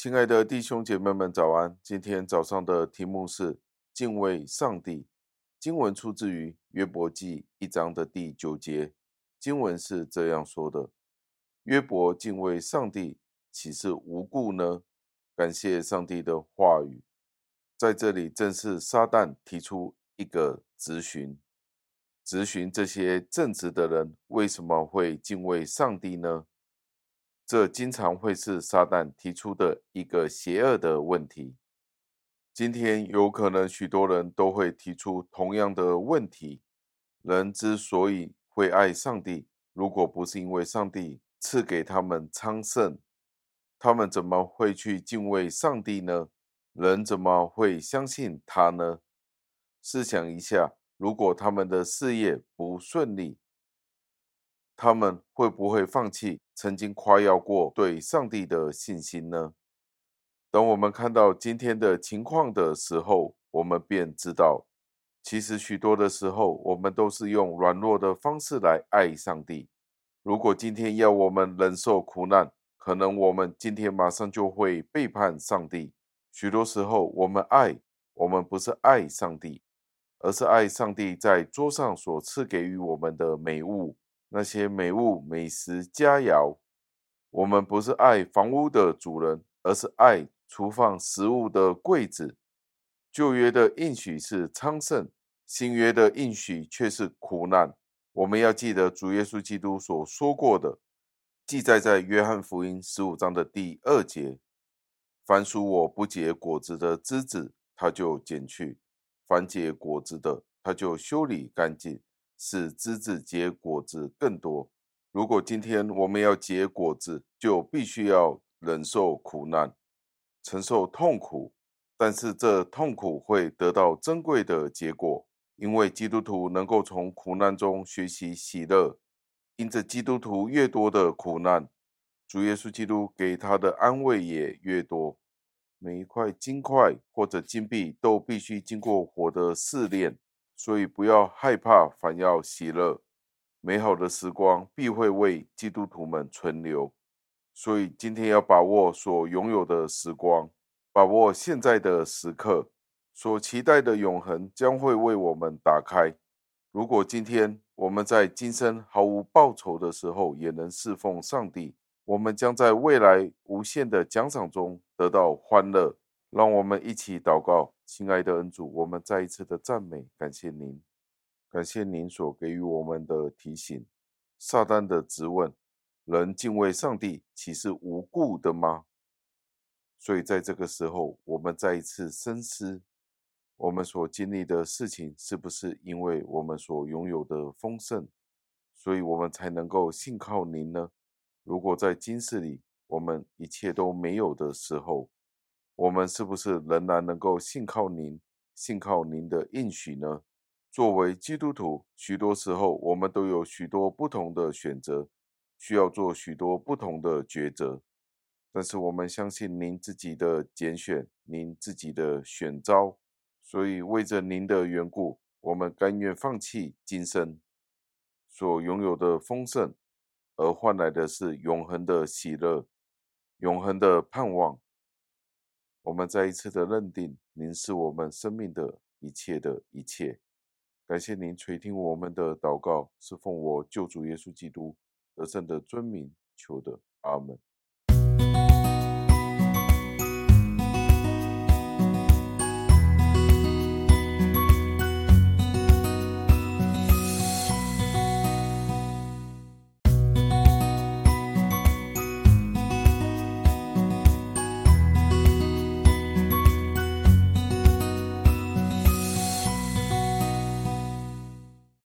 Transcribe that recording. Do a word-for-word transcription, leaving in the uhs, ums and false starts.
亲爱的弟兄姐妹们，早安！今天早上的题目是敬畏上帝。经文出自于约伯记一章的第九节。经文是这样说的：约伯敬畏上帝，岂是无故呢？感谢上帝的话语。在这里，正是撒旦提出一个质询，质询这些正直的人为什么会敬畏上帝呢？这经常会是撒旦提出的一个邪恶的问题。今天有可能许多人都会提出同样的问题：人之所以会爱上帝，如果不是因为上帝赐给他们昌盛，他们怎么会去敬畏上帝呢？人怎么会相信他呢？试想一下，如果他们的事业不顺利，他们会不会放弃曾经夸耀过对上帝的信心呢？当我们看到今天的情况的时候，我们便知道，其实许多的时候，我们都是用软弱的方式来爱上帝。如果今天要我们忍受苦难，可能我们今天马上就会背叛上帝。许多时候，我们爱，我们不是爱上帝，而是爱上帝在桌上所赐给予我们的美物。那些美物、美食、佳肴，我们不是爱房屋的主人，而是爱储放食物的柜子。旧约的应许是昌盛，新约的应许却是苦难。我们要记得主耶稣基督所说过的，记载在约翰福音十五章的第二节：凡属我不结果子的枝子，他就剪去；凡结果子的，他就修理干净，使枝子结果子更多。如果今天我们要结果子，就必须要忍受苦难，承受痛苦，但是这痛苦会得到珍贵的结果，因为基督徒能够从苦难中学习喜乐。因着基督徒越多的苦难，主耶稣基督给他的安慰也越多。每一块金块或者金币都必须经过火的试炼，所以不要害怕，反要喜乐。美好的时光必会为基督徒们存留，所以今天要把握所拥有的时光，把握现在的时刻，所期待的永恒将会为我们打开。如果今天我们在今生毫无报酬的时候也能侍奉上帝，我们将在未来无限的奖赏中得到欢乐。让我们一起祷告。亲爱的恩主，我们再一次的赞美感谢您，感谢您所给予我们的提醒。撒旦的质问：人敬畏上帝，岂是无故的吗？所以在这个时候，我们再一次深思，我们所经历的事情是不是因为我们所拥有的丰盛，所以我们才能够信靠您呢？如果在今世里我们一切都没有的时候，我们是不是仍然能够信靠您，信靠您的应许呢？作为基督徒，许多时候我们都有许多不同的选择，需要做许多不同的抉择。但是我们相信您自己的拣选，您自己的选召，所以为着您的缘故，我们甘愿放弃今生所拥有的丰盛，而换来的是永恒的喜乐，永恒的盼望。我们再一次的认定，您是我们生命的一切的一切。感谢您垂听我们的祷告，是奉我救主耶稣基督得胜的尊名求的，阿们。